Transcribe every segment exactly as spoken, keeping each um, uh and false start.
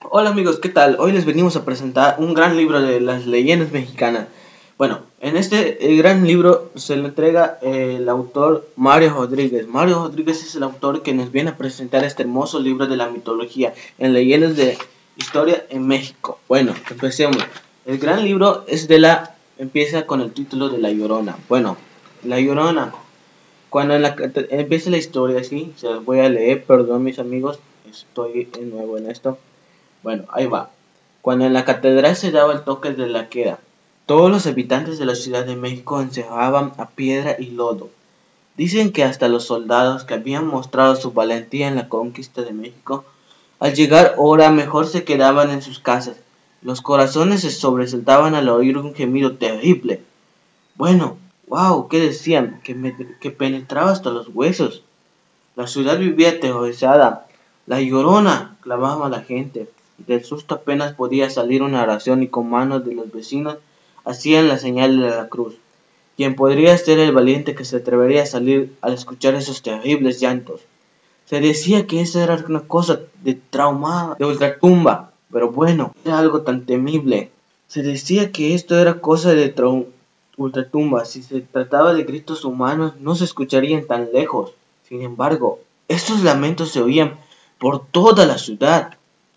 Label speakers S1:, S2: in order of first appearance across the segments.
S1: Hola amigos, ¿qué tal? Hoy les venimos a presentar un gran libro de las leyendas mexicanas. Bueno, en este el gran libro se le entrega eh, el autor Mario Rodríguez. Mario Rodríguez es el autor que nos viene a presentar este hermoso libro de la mitología en leyendas de historia en México. Bueno, empecemos. El gran libro es de la empieza con el título de La Llorona. Bueno, La Llorona. Cuando en la, empieza la historia así, se las voy a leer, perdón mis amigos, estoy de nuevo en esto. Bueno, ahí va. Cuando en la catedral se daba el toque de la queda, todos los habitantes de la Ciudad de México encerraban a piedra y lodo. Dicen que hasta los soldados que habían mostrado su valentía en la conquista de México, al llegar hora mejor se quedaban en sus casas. Los corazones se sobresaltaban al oír un gemido terrible. Bueno, wow, ¿qué decían? Que, me, que penetraba hasta los huesos. La ciudad vivía aterrorizada. La Llorona clamaba a la gente. Del susto apenas podía salir una oración y con manos de los vecinos hacían la señal de la cruz. ¿Quién podría ser el valiente que se atrevería a salir al escuchar esos terribles llantos? Se decía que esa era una cosa de trauma, de ultratumba, pero bueno, era algo tan temible. Se decía que esto era cosa de ultratumba. Si se trataba de gritos humanos, no se escucharían tan lejos. Sin embargo, estos lamentos se oían por toda la ciudad.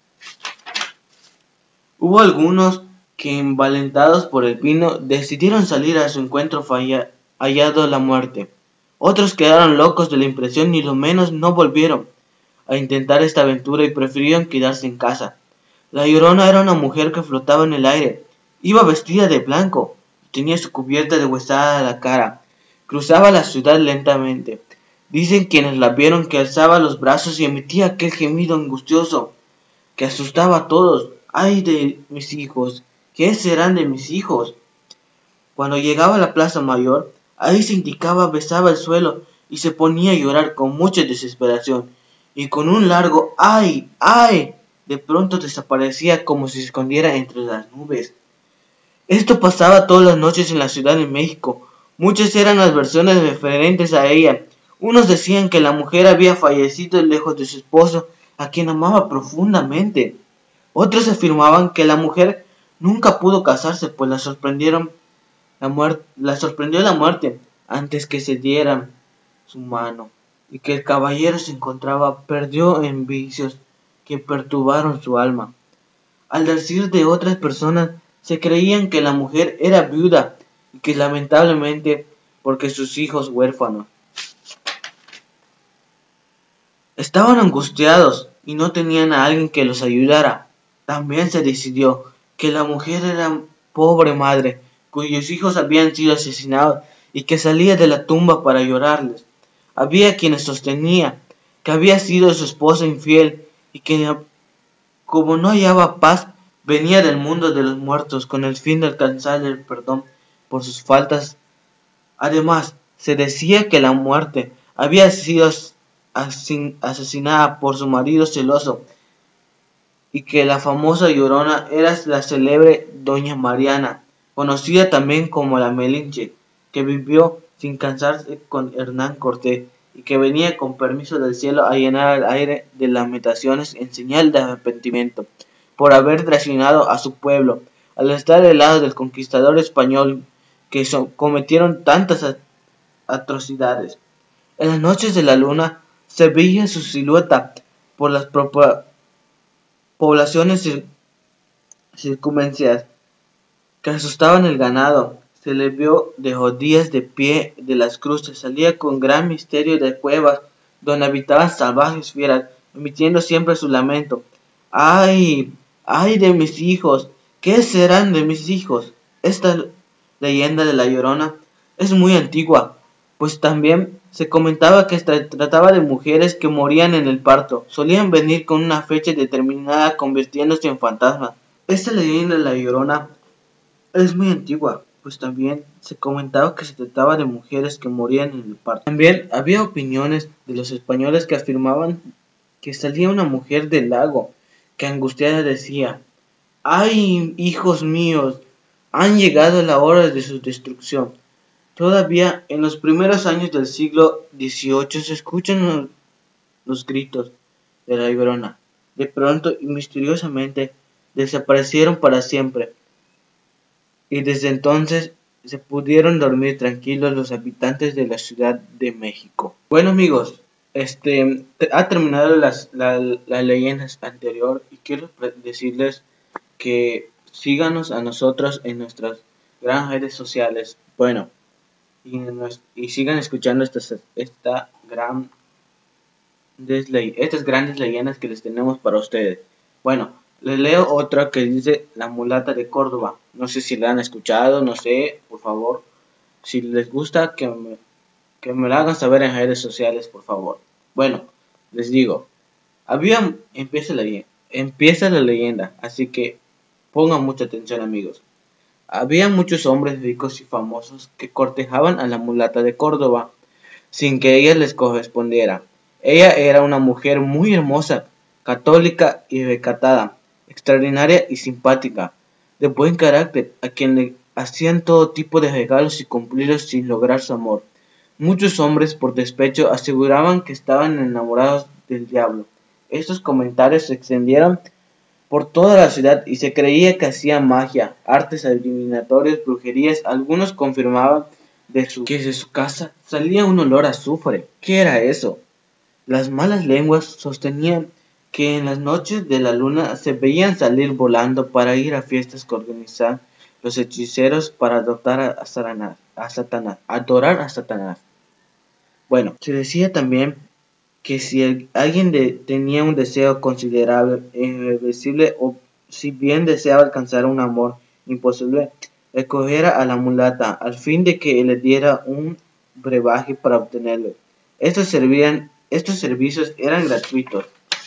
S1: Hubo algunos que, envalentados por el vino, decidieron salir a su encuentro falla, hallado la muerte. Otros quedaron locos de la impresión y lo menos no volvieron a intentar esta aventura y prefirieron quedarse en casa. La Llorona era una mujer que flotaba en el aire. Iba vestida de blanco, tenía su cubierta de huesada la cara. Cruzaba la ciudad lentamente. Dicen quienes la vieron que alzaba los brazos y emitía aquel gemido angustioso que asustaba a todos. ¡Ay de mis hijos! ¿Qué serán de mis hijos? Cuando llegaba a la plaza mayor, ahí se indicaba, besaba el suelo y se ponía a llorar con mucha desesperación. Y con un largo ¡ay! ¡Ay! De pronto desaparecía como si se escondiera entre las nubes. Esto pasaba todas las noches en la Ciudad de México. Muchas eran las versiones referentes a ella. Unos decían que la mujer había fallecido lejos de su esposo, a quien amaba profundamente. Otros afirmaban que la mujer nunca pudo casarse, pues la sorprendieron la muerte, la sorprendió la muerte antes que se dieran su mano, y que el caballero se encontraba perdido en vicios que perturbaron su alma. Al decir de otras personas, se creían que la mujer era viuda y que lamentablemente porque sus hijos huérfanos. Estaban angustiados y no tenían a alguien que los ayudara. También se decidió que la mujer era pobre madre, cuyos hijos habían sido asesinados y que salía de la tumba para llorarles. Había quienes sostenían que había sido su esposa infiel y que, como no hallaba paz, venía del mundo de los muertos con el fin de alcanzar el perdón por sus faltas. Además, se decía que la muerte había sido asesinada por su marido celoso y que la famosa Llorona era la célebre Doña Mariana, conocida también como la Melinche, que vivió sin cansarse con Hernán Cortés y que venía con permiso del cielo a llenar el aire de lamentaciones en señal de arrepentimiento por haber traicionado a su pueblo, al estar al lado del conquistador español que so cometieron tantas atrocidades. En las noches de la luna se veía su silueta por las poblaciones cir circunvencias que asustaban el ganado. Se le vio de rodillas de pie de las cruces, salía con gran misterio de cuevas donde habitaban salvajes fieras, emitiendo siempre su lamento. ¡Ay! ¡Ay de mis hijos! ¿Qué serán de mis hijos? Esta leyenda de la Llorona es muy antigua, pues también se comentaba que se trataba de mujeres que morían en el parto. Solían venir con una fecha determinada convirtiéndose en fantasmas. Esta leyenda de la Llorona es muy antigua, pues también se comentaba que se trataba de mujeres que morían en el parto. También había opiniones de los españoles que afirmaban que salía una mujer del lago, que angustiada decía: ¡ay, hijos míos! Han llegado la hora de su destrucción. Todavía en los primeros años del siglo dieciocho se escuchan los gritos de la Llorona. de pronto y misteriosamente desaparecieron para siempre, y desde entonces se pudieron dormir tranquilos los habitantes de la Ciudad de México. Bueno amigos, este ha terminado las, la, la leyenda anterior y quiero decirles que síganos a nosotros en nuestras grandes redes sociales. Bueno, y, nos, y sigan escuchando esta, esta gran ley, estas grandes leyendas que les tenemos para ustedes. Bueno, les leo otra que dice La mulata de Córdoba. No sé si la han escuchado, no sé, por favor. Si les gusta, que me, que me la hagan saber en redes sociales, por favor. Bueno, les digo, había, empieza la, empieza la leyenda, así que pongan mucha atención amigos. Había muchos hombres ricos y famosos que cortejaban a la mulata de Córdoba sin que ella les correspondiera. Ella era una mujer muy hermosa, católica y recatada, extraordinaria y simpática, de buen carácter, a quien le hacían todo tipo de regalos y cumplidos sin lograr su amor. Muchos hombres, por despecho, aseguraban que estaban enamorados del diablo. Estos comentarios se extendieron por toda la ciudad y se creía que hacía magia, artes adivinatorias, brujerías. Algunos confirmaban de su, que de su casa salía un olor a azufre. ¿Qué era eso? Las malas lenguas sostenían que en las noches de la luna se veían salir volando para ir a fiestas que organizaban los hechiceros para adorar a Satanás, a Satanás, adorar a Satanás. Bueno, se decía también que si el, alguien de, tenía un deseo considerable e irreversible, o si bien deseaba alcanzar un amor imposible, escogiera a la mulata al fin de que le diera un brebaje para obtenerlo. Estos, servían, estos servicios eran gratuitos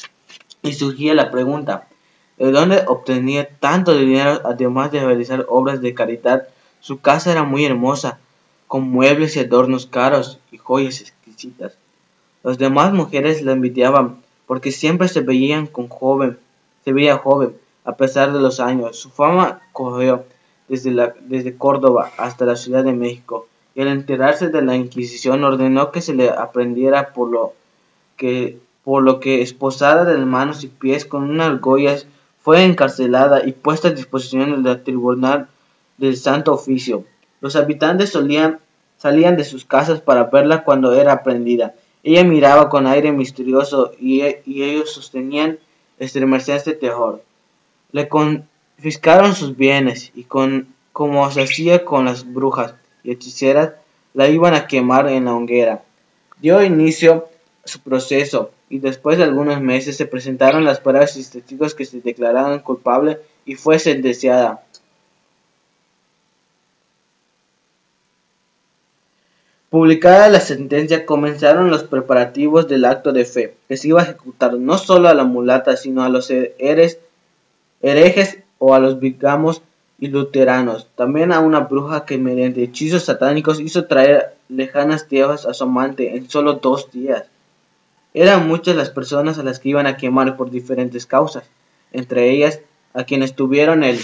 S1: y surgía la pregunta, ¿de dónde obtenía tanto dinero? Además de realizar obras de caridad, su casa era muy hermosa, con muebles y adornos caros y joyas exquisitas. Las demás mujeres la envidiaban porque siempre se veían con joven, se veía joven a pesar de los años. Su fama corrió desde, la, desde Córdoba hasta la Ciudad de México, y al enterarse de la Inquisición ordenó que se le aprendiera, por lo que, por lo que esposada de manos y pies con unas argollas fue encarcelada y puesta a disposición del tribunal del Santo Oficio. Los habitantes solían, salían de sus casas para verla cuando era aprendida. Ella miraba con aire misterioso y, y ellos sostenían estremecerse de terror. Le confiscaron sus bienes y, con, como se hacía con las brujas y hechiceras, la iban a quemar en la hoguera. Dio inicio a su proceso y después de algunos meses se presentaron las pruebas y testigos que se declararon culpable y fue sentenciada. Publicada la sentencia, comenzaron los preparativos del acto de fe, que se iba a ejecutar no solo a la mulata, sino a los heres, herejes o a los bigamos y luteranos, también a una bruja que mediante hechizos satánicos hizo traer lejanas tierras a su amante en solo dos días. Eran muchas las personas a las que iban a quemar por diferentes causas, entre ellas a quienes tuvieron el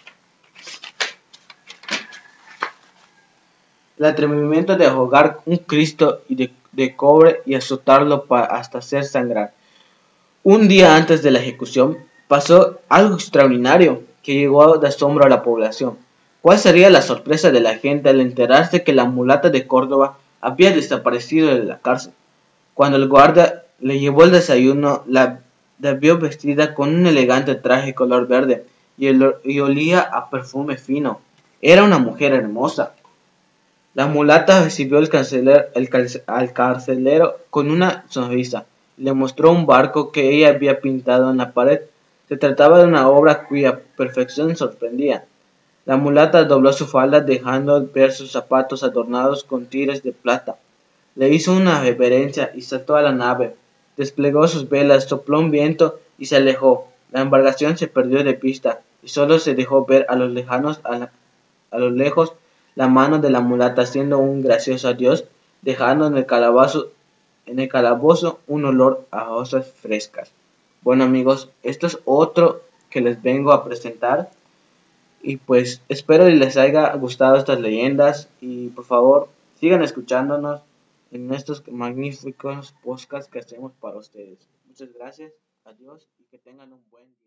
S1: el atrevimiento de ahogar un Cristo de, de cobre y azotarlo pa, hasta hacer sangrar. Un día antes de la ejecución pasó algo extraordinario que llegó de asombro a la población. ¿Cuál sería la sorpresa de la gente al enterarse que la mulata de Córdoba había desaparecido de la cárcel? Cuando el guardia le llevó el desayuno, la, la vio vestida con un elegante traje color verde y, el, y olía a perfume fino. Era una mujer hermosa. La mulata recibió el carcelero, el carce, al carcelero con una sonrisa. Le mostró un barco que ella había pintado en la pared. Se trataba de una obra cuya perfección sorprendía. La mulata dobló su falda dejando ver sus zapatos adornados con tiras de plata. Le hizo una reverencia y saltó a la nave. Desplegó sus velas, sopló un viento y se alejó. La embarcación se perdió de vista y solo se dejó ver a los lejanos, a, la, a lo lejos, la mano de la mulata haciendo un gracioso adiós, dejando en el calabozo, en el calabozo un olor a rosas frescas. Bueno amigos, esto es otro que les vengo a presentar y pues espero que les haya gustado estas leyendas y por favor sigan escuchándonos en estos magníficos podcasts que hacemos para ustedes. Muchas gracias. Adiós y que tengan un buen día.